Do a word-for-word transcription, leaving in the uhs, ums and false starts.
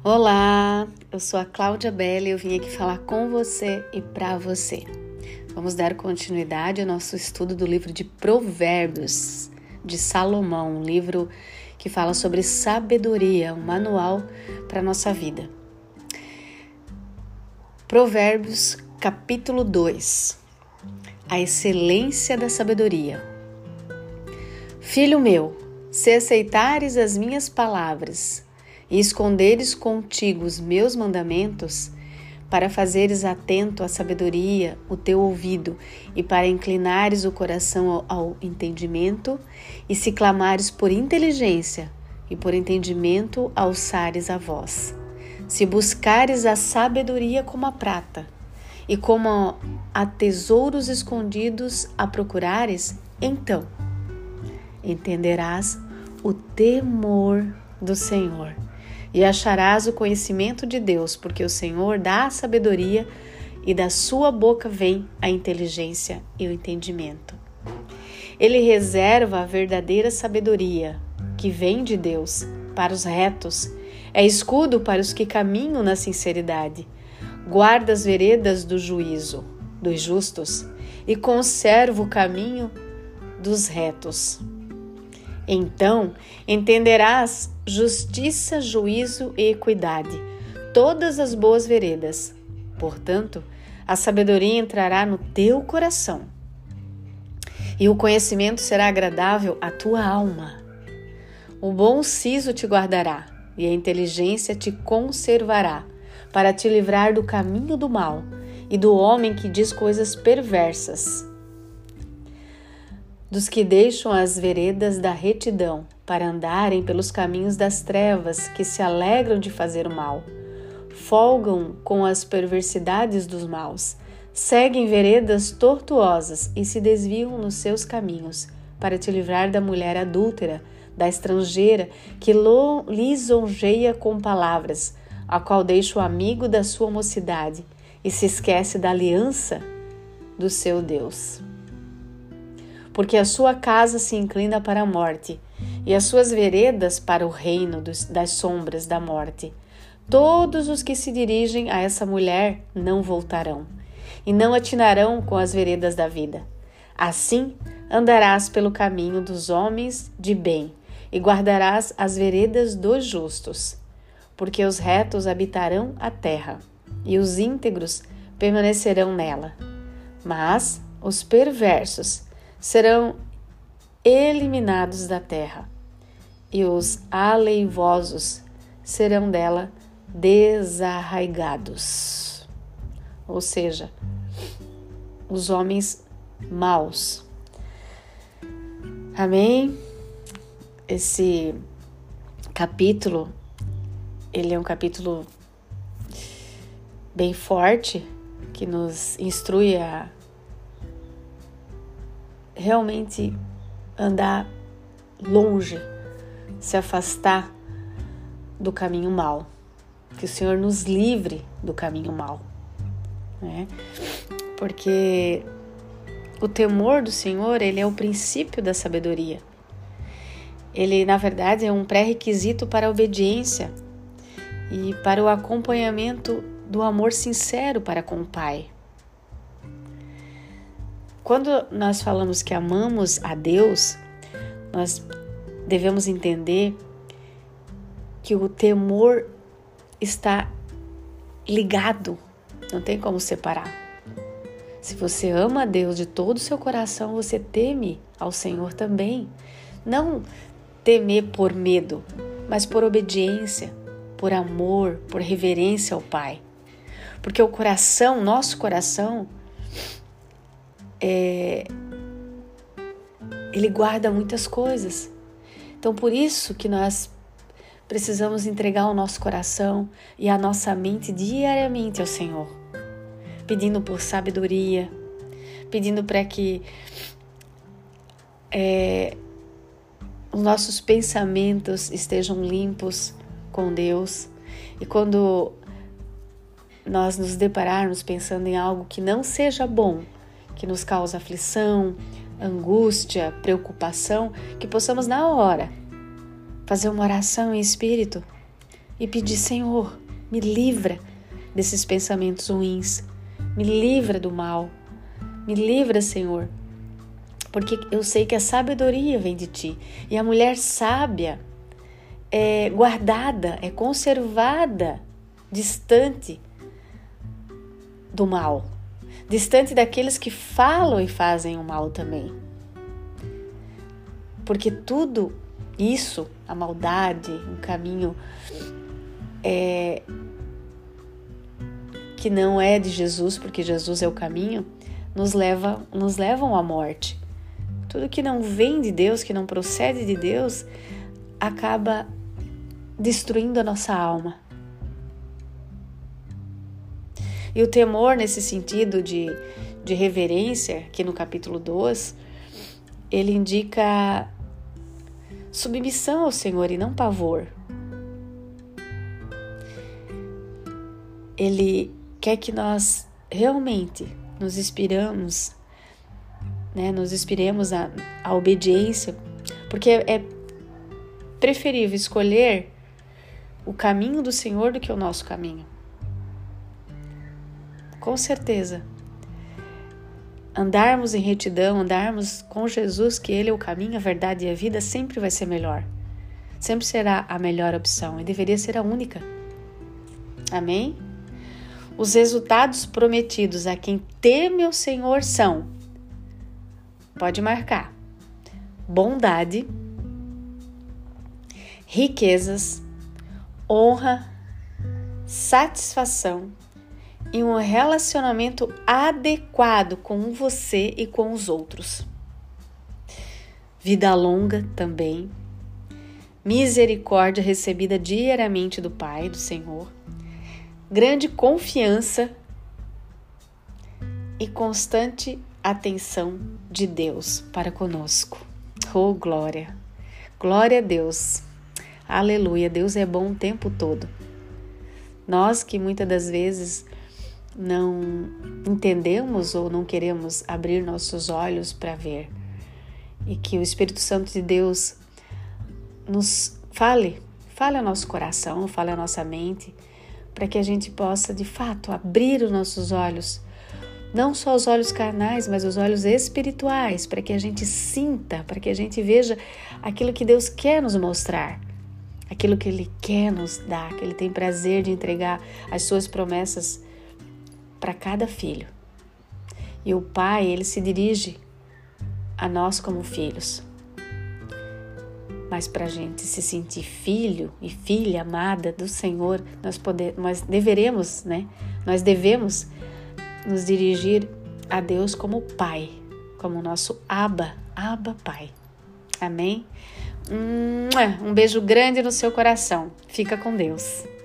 Olá, eu sou a Cláudia Bela e eu vim aqui falar com você e para você. Vamos dar continuidade ao nosso estudo do livro de Provérbios de Salomão, um livro que fala sobre sabedoria, um manual para a nossa vida. Provérbios, capítulo dois. A excelência da sabedoria. Filho meu, se aceitares as minhas palavras e esconderes contigo os meus mandamentos, para fazeres atento à sabedoria o teu ouvido e para inclinares o coração ao, ao entendimento, e se clamares por inteligência e por entendimento alçares a voz. Se buscares a sabedoria como a prata e como a tesouros escondidos a procurares, então entenderás o temor do Senhor e acharás o conhecimento de Deus, porque o Senhor dá a sabedoria e da sua boca vem a inteligência e o entendimento. Ele reserva a verdadeira sabedoria, que vem de Deus, para os retos, é escudo para os que caminham na sinceridade, guarda as veredas do juízo, dos justos, e conserva o caminho dos retos. Então entenderás justiça, juízo e equidade, todas as boas veredas. Portanto, a sabedoria entrará no teu coração, e o conhecimento será agradável à tua alma. O bom siso te guardará, e a inteligência te conservará, para te livrar do caminho do mal e do homem que diz coisas perversas, dos que deixam as veredas da retidão para andarem pelos caminhos das trevas, que se alegram de fazer o mal, folgam com as perversidades dos maus, seguem veredas tortuosas e se desviam nos seus caminhos, para te livrar da mulher adúltera, da estrangeira que lisonjeia com palavras, a qual deixa o amigo da sua mocidade e se esquece da aliança do seu Deus. Porque a sua casa se inclina para a morte, e as suas veredas para o reino dos, das sombras da morte. Todos os que se dirigem a essa mulher não voltarão, e não atinarão com as veredas da vida. Assim andarás pelo caminho dos homens de bem, e guardarás as veredas dos justos. Porque os retos habitarão a terra, e os íntegros permanecerão nela. Mas os perversos serão eliminados da terra, e os aleivosos serão dela desarraigados. Ou seja, os homens maus. Amém? Esse capítulo, ele é um capítulo bem forte, que nos instrui a realmente andar longe, se afastar do caminho mau, que o Senhor nos livre do caminho mau, né? Porque o temor do Senhor, ele é o princípio da sabedoria. Ele, na verdade, é um pré-requisito para a obediência e para o acompanhamento do amor sincero para com o Pai. Quando nós falamos que amamos a Deus, nós devemos entender que o temor está ligado, não tem como separar. Se você ama a Deus de todo o seu coração, você teme ao Senhor também. Não temer por medo, mas por obediência, por amor, por reverência ao Pai. Porque o coração, nosso coração, É, ele guarda muitas coisas. Então, por isso que nós precisamos entregar o nosso coração e a nossa mente diariamente ao Senhor, pedindo por sabedoria, pedindo para que é, os nossos pensamentos estejam limpos com Deus. E quando nós nos depararmos pensando em algo que não seja bom, que nos causa aflição, angústia, preocupação, que possamos na hora fazer uma oração em espírito e pedir: Senhor, me livra desses pensamentos ruins, me livra do mal, me livra, Senhor, porque eu sei que a sabedoria vem de Ti, e a mulher sábia é guardada, é conservada, distante do mal, distante daqueles que falam e fazem o mal também. Porque tudo isso, a maldade, um caminho é, que não é de Jesus, porque Jesus é o caminho, nos leva, nos levam à morte. Tudo que não vem de Deus, que não procede de Deus, acaba destruindo a nossa alma. E o temor, nesse sentido de, de reverência, aqui no capítulo dois, ele indica submissão ao Senhor e não pavor. Ele quer que nós realmente nos inspiramos, né, nos inspiremos à, à obediência, porque é preferível escolher o caminho do Senhor do que o nosso caminho. Com certeza. Andarmos em retidão, andarmos com Jesus, que Ele é o caminho, a verdade e a vida, sempre vai ser melhor. Sempre será a melhor opção e deveria ser a única. Amém? Os resultados prometidos a quem teme o Senhor são, pode marcar, bondade, riquezas, honra, satisfação e um relacionamento adequado com você e com os outros. Vida longa também, misericórdia recebida diariamente do Pai, do Senhor, grande confiança e constante atenção de Deus para conosco. Oh, glória! Glória a Deus! Aleluia! Deus é bom o tempo todo. Nós que muitas das vezes não entendemos ou não queremos abrir nossos olhos para ver, e que o Espírito Santo de Deus nos fale, fale ao nosso coração, fale à nossa mente, para que a gente possa de fato abrir os nossos olhos, não só os olhos carnais, mas os olhos espirituais, para que a gente sinta, para que a gente veja aquilo que Deus quer nos mostrar, aquilo que Ele quer nos dar, que Ele tem prazer de entregar as suas promessas para cada filho. E o Pai, Ele se dirige a nós como filhos. Mas para a gente se sentir filho e filha amada do Senhor, nós, poder, nós deveremos, né? Nós devemos nos dirigir a Deus como Pai, como nosso Abba, Abba Pai. Amém? Um beijo grande no seu coração. Fica com Deus.